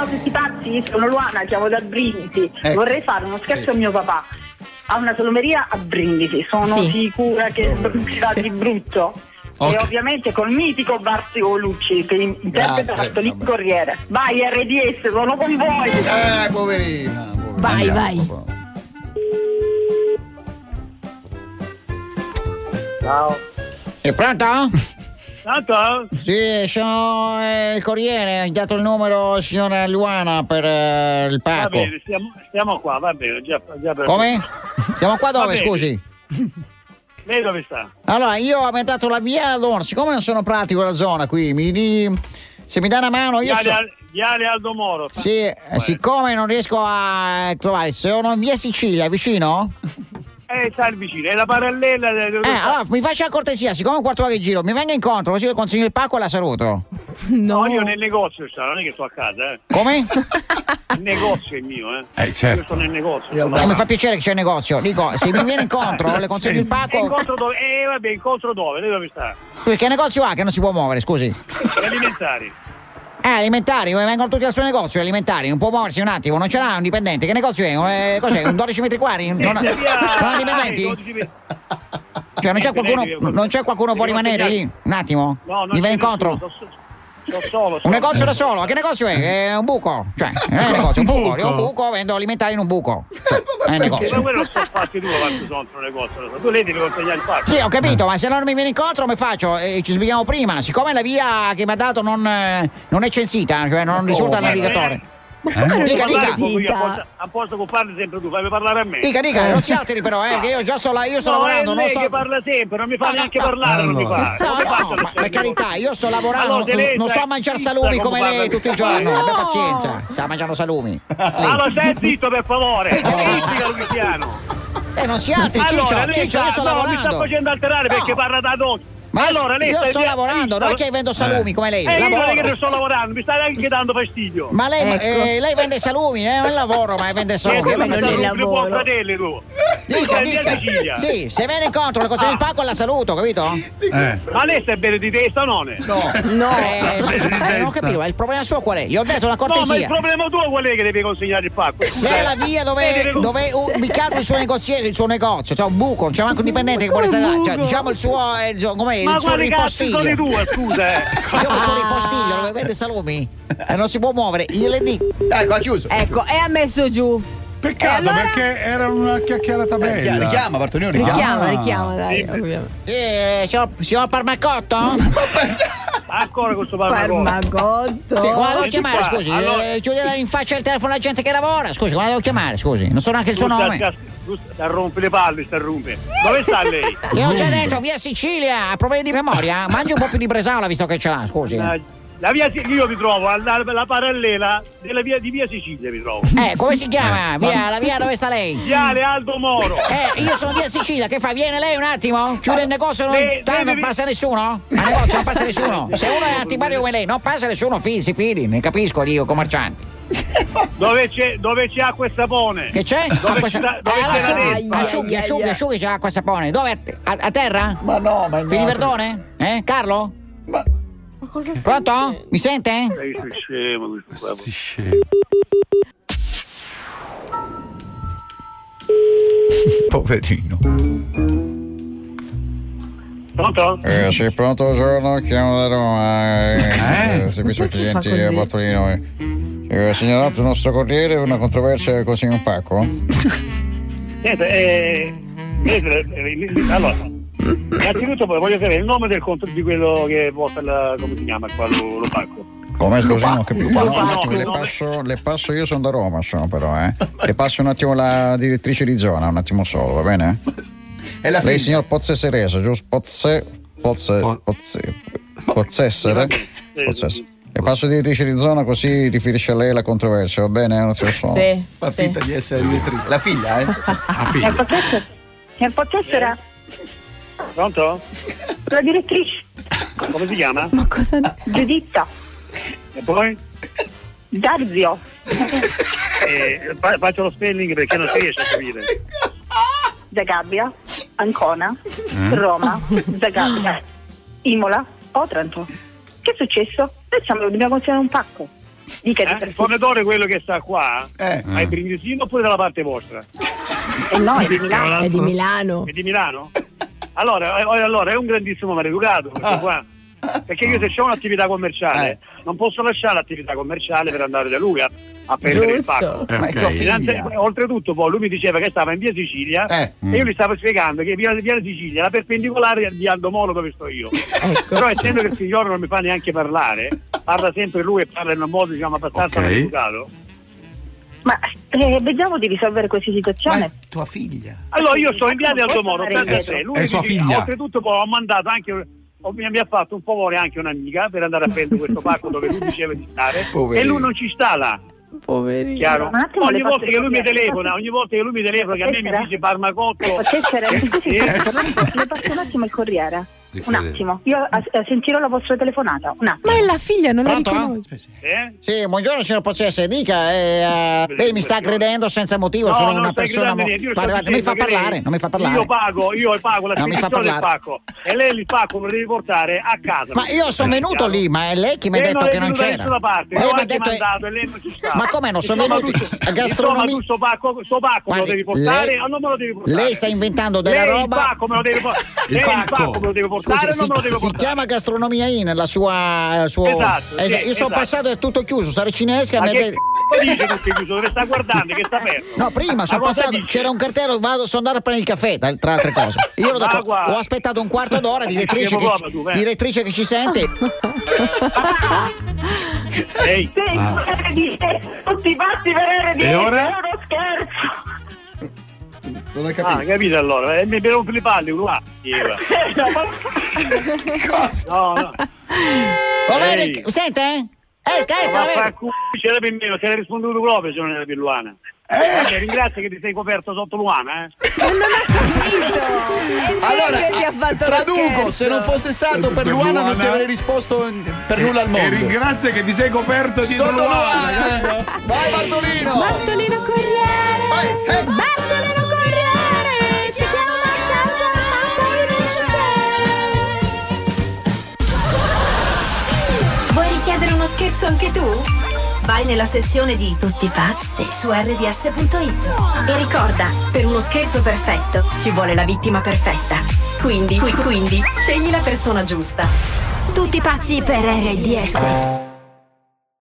tutti pazzi, sono Luana, chiamo da Brindisi. Vorrei fare uno scherzo a mio papà. Ha una salumeria a Brindisi, sono sicura che uscirà di brutto. E ovviamente col mitico Barzio Lucci che interpreta Bartolino Corriere. Vai RDS, sono con voi. Poverina. Vai. Ciao. È pronto? Pronto? Sì, sono il Corriere, ha dato il numero signora Luana per il pacco. Va bene, stiamo qua, va bene. Già Come? Siamo qua dove, scusi? Lei dove sta? Allora, io ho dato la via, allora, siccome non sono pratico la zona qui, se mi dà una mano io Viale Aldo Moro. Sì, siccome non riesco a trovare, sono in via Sicilia, vicino? Sta vicino, è la parallela. Allora mi faccia la cortesia, siccome è un quarto d'ora che giro, mi venga incontro, così io consegno il pacco e la saluto. No, io nel negozio sto, non è che sto a casa, Come? Il negozio è mio, certo. Io sto nel negozio. Mi fa piacere che c'è il negozio. Dico, se mi viene incontro, le consegno il pacco. Incontro dove? Vabbè, incontro dove? Lei dove sta? Scusi, che negozio ha che non si può muovere, scusi? Alimentari. Alimentari, vengono tutti al suo negozio, alimentari, non può muoversi un attimo, non ce l'ha un dipendente, che negozio è? Cos'è? Un 12 metri quadri? Non ha dipendenti? Cioè non c'è qualcuno può rimanere lì? Un attimo? Mi viene incontro? Solo. Un negozio da solo? Che negozio è? È un buco? Cioè, non è un negozio, è un buco. Io ho un buco, vendo alimentari in un buco. È un negozio. Ma quello sono fatti tu quanto sono un negozio. Tu lei devi consegnare il pacco. Sì, ho capito, ma se non mi viene incontro come faccio? Ci spieghiamo prima. Siccome la via che mi ha dato non è censita, cioè non risulta al navigatore. Dica. A posto che parli sempre tu, fammi parlare a me. Dica, non si alteri però, che io già sto lavorando. Non so che parla sempre, non mi fa neanche parlare, non mi fa. No, ma per carità, io sto lavorando, non sto a mangiare salumi come lei tutto il giorno. Abbia pazienza, sta mangiando salumi. Allora stai zitto per favore, Luciano. Non si alteri, Ciccio, io sto lavorando. Mi sta facendo alterare perché parla da dopo. Ma allora, io sto lavorando, non è che vendo salumi come lei. Io non è che non sto lavorando, mi stai anche dando fastidio. Ma lei vende salumi, non è lavoro, ma vende salumi. Non è lavoro. Fratelli tu. Dica. Sì, se viene incontro le cose del pacco la saluto, capito? Ma lei sta bene di testa o non è? No. Non ho capito, ma il problema suo qual è? Gli ho detto una cortesia. No, ma il problema tuo qual è che devi consegnare il pacco? Se è la via dove è ubicato il suo negozio, c'è un buco, c'è anche un dipendente che vuole stare là, cioè, diciamo il suo com'è? Ma il suo ripostiglio. Sono tue, scusa. Diciamo il suo ripostiglio dove vende salumi e non si può muovere. Io le dico. Ecco, ha chiuso. Ecco, e ha messo giù. Peccato, allora? perché era una chiacchierata bella. Richiama, Bartolino, richiama. Dai, ovviamente. Signor Parmacotto? Ancora questo Parmacotto. Come devo chiamare, scusi? Chiudere in faccia il telefono alla gente che lavora. Scusi, come devo chiamare, scusi? Non so neanche il suo nome. Rompe le palle, rompe. Dove sta lei? Io ho già detto, via Sicilia, ha problemi di memoria? Mangi un po' più di bresaola visto che ce l'ha, scusi. La via io mi trovo alla parallela della via di via Sicilia mi trovo. Come si chiama? La via dove sta lei? Viale Aldo Moro. Io sono via Sicilia, che fa? Viene lei un attimo? Chiude il negozio, non passa nessuno? Al negozio non passa nessuno. Se uno è antipatico come lei, non passa nessuno, si fidi, ne capisco io, commercianti. Dove c'è acqua e sapone? Che c'è? Asciughi c'è acqua e sapone. Dove? A terra? Ma no, ma Filiverdone? Carlo? Ma cosa stai Pronto? dicendo? Mi sente? Sei scemo questo qua. Scemo. Poverino. Pronto? Sì, pronto, buongiorno, chiamo da Roma. Servizio clienti a Bartolino. Segnalato il nostro corriere per una controversia così in un pacco? Allora, innanzitutto voglio sapere il nome del di quello che porta come si chiama qua lo pacco. Come scusi, non ho capito. No, Un attimo, le passo, io sono da Roma, però, Le passo un attimo la direttrice di zona, un attimo solo, va bene? È la Lei, signor Pozzesserese, giusto? Pozzessere? Le passo direttrice di zona così riferisce a lei la controversia, va bene? Non si sono. Sì. Fa finta di essere direttrice. La figlia, La figlia. Signor Pozzessera? Pronto? La direttrice. Come si chiama? Ma cosa? Giuditta. E poi? Darzio. Faccio lo spelling perché non si riesce a capire. Zagabria, Ancona, Roma, Zagabria, Imola, Otranto. Che è successo? Noi dobbiamo consegnare un pacco. Il fornitore quello che sta qua, ma è brindisino oppure dalla parte vostra? No, è di Milano. È di Milano. È di Milano? Allora è un grandissimo maleducato questo qua. Perché io se ho un'attività commerciale non posso lasciare l'attività commerciale per andare da lui a prendere il pacco. Oltretutto poi lui mi diceva che stava in via Sicilia e io gli stavo spiegando che via Sicilia era perpendicolare al via Aldomoro dove sto io. Però essendo che il signore non mi fa neanche parlare, parla sempre lui e parla in un modo abbastanza maleducato. Ma vediamo di risolvere questa situazione. Ma tua figlia. Allora io sto in via di Aldomoro, è sua figlia. Oltretutto poi ho mandato anche mi ha fatto un favore anche un'amica per andare a prendere questo pacco dove lui diceva di stare. Poverino. E lui non ci sta là. Poverino. Chiaro? Ogni volta che lui mi telefona che a me mi dice Parmacotto. Le passo un attimo il corriere. Un attimo, io sentirò la vostra telefonata. Un attimo. Ma è la figlia, non la Pronto? riconosco. Sì, buongiorno signor Pozzese, dica, lei mi sta aggredendo senza motivo, sono una persona non mi fa parlare. Io pago la spedizione del pacco e lei il pacco lo devi portare a casa. Ma io sono venuto lì, ma è lei che mi ha detto che non c'era. Ma come non sono venuto a gastronomia? Tu sto pacco me lo devi portare o non me lo devi portare? Lei sta inventando della roba. Il pacco me lo devi portare. Il pacco me lo devi portare. Si chiama Gastronomia In, la sua. Esatto. Io sono passato, è tutto chiuso, sarei cinesca. Ma che dice tutto chiuso? Dove sta guardando? Che sta aperto? No, prima sono passato, c'era un cartello, sono andato a prendere il caffè, tra altre cose. Io ho aspettato un quarto d'ora, direttrice che ci sente. Ehi. Tutti pazzi per RDS, e ora? È uno scherzo. Non hai capito? Capito allora? Mi rompi le palle qua. No. Va bene, sente? Scherza, c'era per me, se l'hai risponduto proprio se non era per Luana. Ringrazio che ti sei coperto sotto Luana, Allora, ti ha fatto traduco, se non fosse stato per Luana non ti avrei risposto per nulla al mondo. E ringrazia che ti sei coperto dietro Sotto Luana. Vai Bartolino! Bartolino Corriere! Bartolino Corriere! Ti chiamo a casa, ma poi non c'è! Vuoi richiedere uno scherzo anche tu? Vai nella sezione di Tutti pazzi su rds.it e ricorda, per uno scherzo perfetto ci vuole la vittima perfetta. Quindi scegli la persona giusta. Tutti pazzi per RDS.